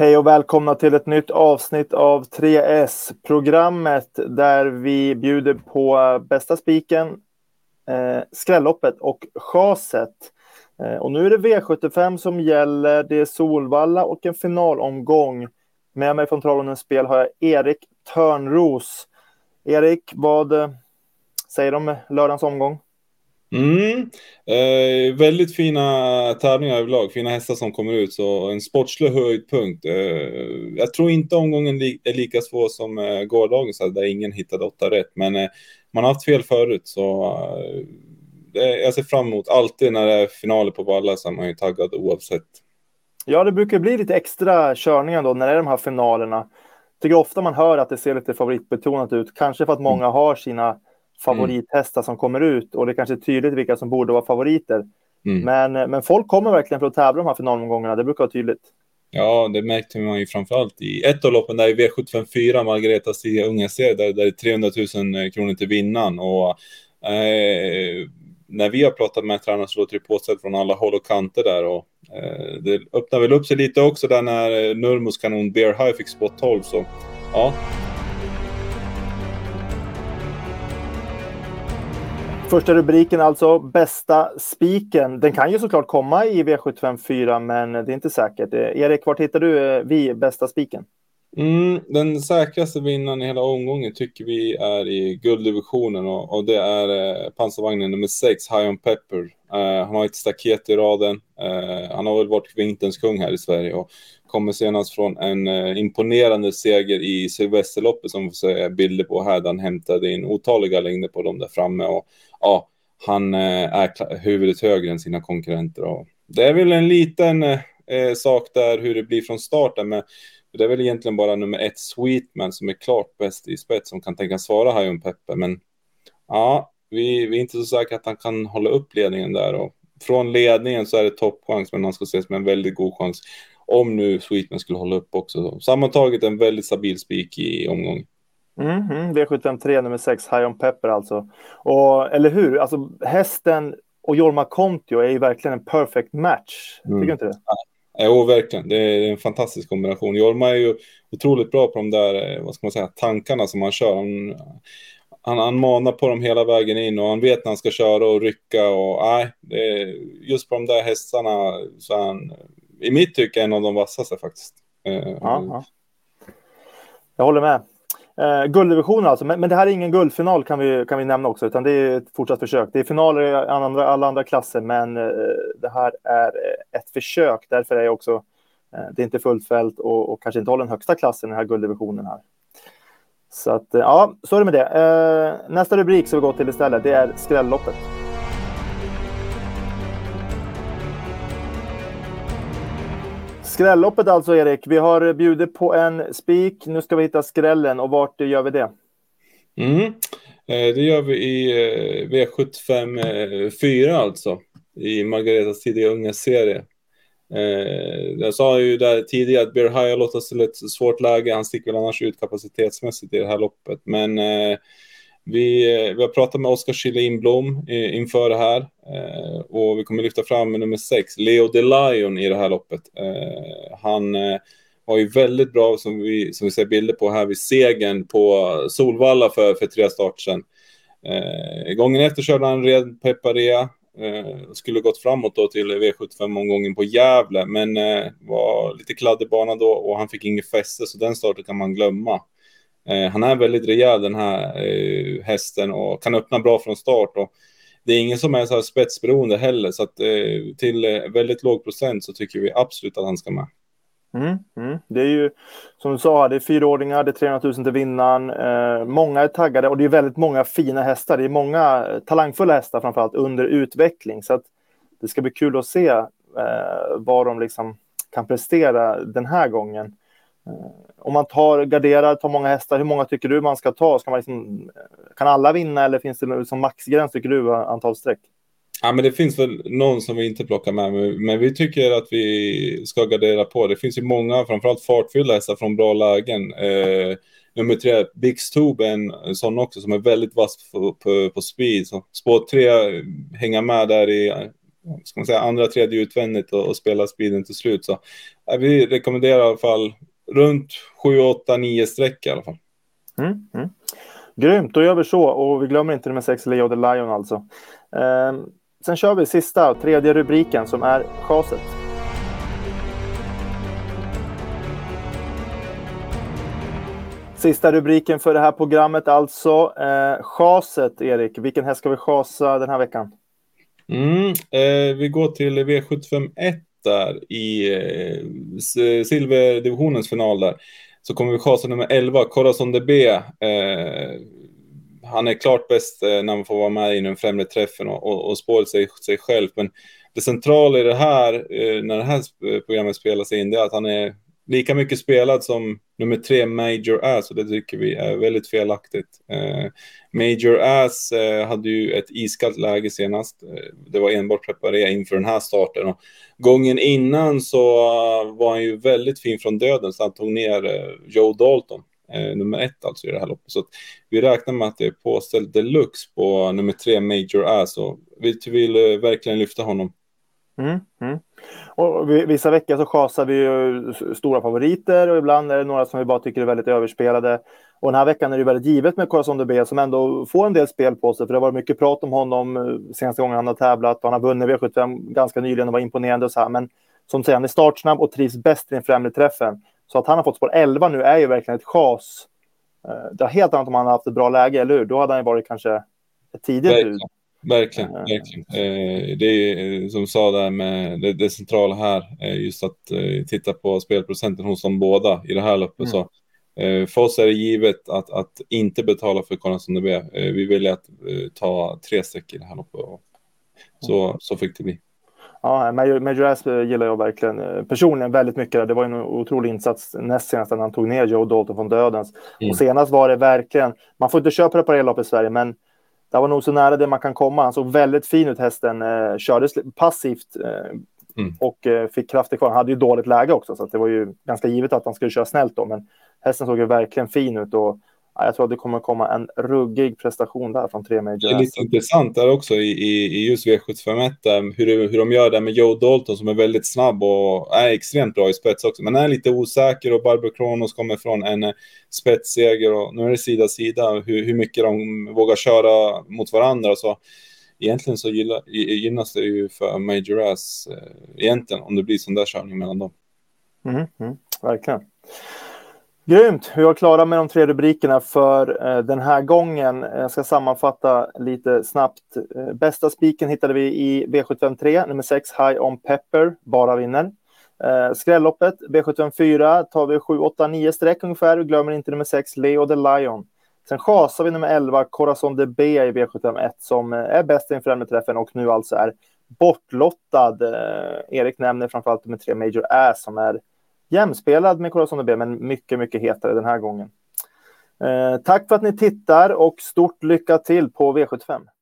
Hej och välkomna till ett nytt avsnitt av 3S-programmet där vi bjuder på bästa spiken, skrälloppet och chaset. Och nu är det V75 som gäller, det är Solvalla och en finalomgång. Med mig från Trollhättans spel har jag Erik Törnros. Erik, vad säger de om lördagens omgång? Väldigt fina tävlingar överlag, fina hästar som kommer ut, så en sportslig höjdpunkt. Jag tror inte omgången är lika svår som gårdagen, så där ingen hittade 8 rätt, men man har haft fel förut, så jag ser fram emot alltid när det är finaler på Valla, så är man ju taggad oavsett. Ja, det brukar bli lite extra körningar då när det är de här finalerna. Jag tycker ofta man hör att det ser lite favoritbetonat ut, kanske för att många har sina favorithästar som kommer ut och det kanske är tydligt vilka som borde vara favoriter. Men folk kommer verkligen för att tävla de här finalomgångarna, det brukar vara tydligt. Ja, det märkte man ju framförallt i ett av loppen där i V754, Margareta Stig Unga ser där det är 300 000 kronor till vinnaren, och när vi har pratat med tränare så låter det påstått från alla håll och kanter där, och det öppnar väl upp sig lite också där när Nurmos kanon Bear High fick spot 12, så ja. Första rubriken alltså, bästa spiken. Den kan ju såklart komma i V754, men det är inte säkert. Erik, vart hittar du bästa spiken? Den säkraste vinnaren i hela omgången tycker vi är i gulddivisionen, och det är pansarvagnen nummer 6, High on Pepper. Han har ett staket i raden. Han har väl varit vinterns kung här i Sverige och kommer senast från en imponerande seger i Sylvesterloppet som vi får se bilder på här, där han hämtade in otaliga längder på dem där framme, och ja, han är huvudet högre än sina konkurrenter, och det är väl en liten sak där hur det blir från starten, men det är väl egentligen bara nummer 1 Sweetman som är klart bäst i spets som kan tänka svara High on Pepper, men ja, vi är inte så säkra att han kan hålla upp ledningen där, och från ledningen så är det toppchans, men han ska ses med en väldigt god chans om nu Sweetman skulle hålla upp också. Sammantaget en väldigt stabil spik i omgången. V753 nummer 6 High on Pepper alltså. Och, eller hur? Alltså, hästen och Jorma Kontio är ju verkligen en perfect match. Tycker du inte det? Jo, verkligen. Det är en fantastisk kombination. Jorma är ju otroligt bra på de där, vad ska man säga, tankarna som han kör. Han manar på dem hela vägen in, och han vet när han ska köra och rycka, och just på de där hästarna så är han, i mitt tycke, en av de vassaste faktiskt. Ja. Jag håller med. Gulddivisionen alltså, men det här är ingen guldfinal kan vi nämna också, utan det är ett fortsatt försök. Det är finaler i alla andra klasser, men det här är ett försök. Därför är också det är inte fullt fält och kanske inte håller den högsta klassen i den här gulddivisionen här. Så att, ja, så är det med det. Nästa rubrik som vi går till istället, det är skrälloppet. Skrälloppet alltså, Erik. Vi har bjudit på en spik. Nu ska vi hitta skrällen, och vart gör vi det? Det gör vi i V75 4 alltså, i Margaretas tidiga unga serie. Jag sa ju där tidigare att Bear High har låtit till ett svårt läge. Han sticker väl annars ut kapacitetsmässigt i det här loppet, men vi har pratat med Oskar Kille-Inblom inför det här, och vi kommer lyfta fram med nummer 6 Leo the Lion i det här loppet. Han var ju väldigt bra, som vi ser bilder på här, vid segern på Solvalla för 3 start sedan. Gången efter körde han red Peparea, skulle gått framåt då till V75-omgången på Gävle, men var lite kladdig bana då, och han fick inget fäste, så den starten kan man glömma. Han är väldigt rejäl, den här hästen, och kan öppna bra från start, och det är ingen som är så här spetsberoende heller, så att till väldigt låg procent så tycker vi absolut att han ska med. Det är ju, som du sa, det är 4-åringar, det är 300 000 till vinnaren. Många är taggade, och det är väldigt många fina hästar. Det är många talangfulla hästar framförallt under utveckling, så att det ska bli kul att se vad de liksom kan prestera den här gången. Om man tar många hästar, hur många tycker du man ska ta? Ska man liksom, kan alla vinna, eller finns det som maxgräns, tycker du, antal streck? Ja, men det finns väl någon som vi inte plockar med, men vi tycker att vi ska gardera på. Det finns ju många, framförallt fartfyllda hästar från bra lägen. Nummer 3, Big Stube, en sån också som är väldigt vass på speed. Så spår 3 hänga med där i, ska man säga, andra, tredje utvändigt och spela speeden till slut. Så vi rekommenderar i alla fall runt 7, 8, 9 streck i alla fall. Grymt, då gör vi så. Och vi glömmer inte nummer 6 Leo the Lion alltså. Sen kör vi sista, tredje rubriken som är chaset. Sista rubriken för det här programmet alltså. Chaset, Erik. Vilken häst ska vi chasa den här veckan? Vi går till V751 där i silverdivisionens final där. Så kommer vi chasa nummer 11, Corazon de B. Han är klart bäst när man får vara med i den främre träffen och spåret sig själv. Men det centrala i det här, när det här programmet spelas in, det är att han är lika mycket spelad som nummer 3 Major Ass, och det tycker vi är väldigt felaktigt. Major Ass hade ju ett iskallt läge senast. Det var enbart preparera inför den här starten. Och gången innan så var han ju väldigt fin från döden, så han tog ner Joe Dalton, nummer 1 alltså i det här loppet. Så vi räknar med att det är påställt deluxe på nummer 3 Major Ass, och vi vill verkligen lyfta honom. Och vissa veckor så chasar vi ju stora favoriter, och ibland är det några som vi bara tycker är väldigt överspelade. Och den här veckan är det väldigt givet med Corazon de B, som ändå får en del spel på sig, för det var mycket prat om honom senaste gången han har tävlat, och han har vunnit V75 ganska nyligen och var imponerande och så här. Men som säger, han är startsnabb och trivs bäst i den främre träffen. Så att han har fått spår 11 nu är ju verkligen ett chas. Det är helt annat om han har haft ett bra läge, eller hur? Då hade han ju varit kanske ett tidigt bud. Verkligen. Det är som sa där med det centrala här, just att titta på spelprocenten hos dem båda i det här loppet. Så för oss är det givet att inte betala för Corazon de B. Vi vill att ta 3 streck i det här loppet, och så fick det bli. Ja, Major Ass gillar jag verkligen personligen väldigt mycket. Det var en otrolig insats näst senast när han tog ner Joe Dalton från dödens. Och senast var det verkligen, man får inte köpa det på det lopp i Sverige, men det var nog så nära det man kan komma. Han såg väldigt fin ut, hästen. Kördes passivt och fick krafter kvar. Han hade ju dåligt läge också, så att det var ju ganska givet att han skulle köra snällt då. Men hästen såg ju verkligen fin ut, och jag tror att det kommer komma en ruggig prestation där från 3 Major Ass. Det är lite intressant där också i just V751 hur de gör det med Joe Dalton, som är väldigt snabb och är extremt bra i spets också. Men är lite osäker, och Barbara Kronos kommer från en spetsseger, och nu är det sida hur mycket de vågar köra mot varandra. Så egentligen så gynnas det ju för Major Ass egentligen om det blir sån där körning mellan dem. Verkligen. Grymt, vi var klara med de 3 rubrikerna för den här gången. Jag ska sammanfatta lite snabbt. Bästa spiken hittade vi i V753, nummer 6 High on Pepper, bara vinner. Skrälloppet, V754, tar vi 7, 8, 9 streck ungefär, och glömmer inte nummer 6 Leo the Lion. Sen chasar vi nummer 11 Corazon de B i V751, som är bäst i den främre träffen och nu alltså är bortlottad. Erik nämner framförallt nummer 3 Major Ass, som är jämspelad med Corazon de B, men mycket, mycket hetare den här gången. Tack för att ni tittar, och stort lycka till på V75.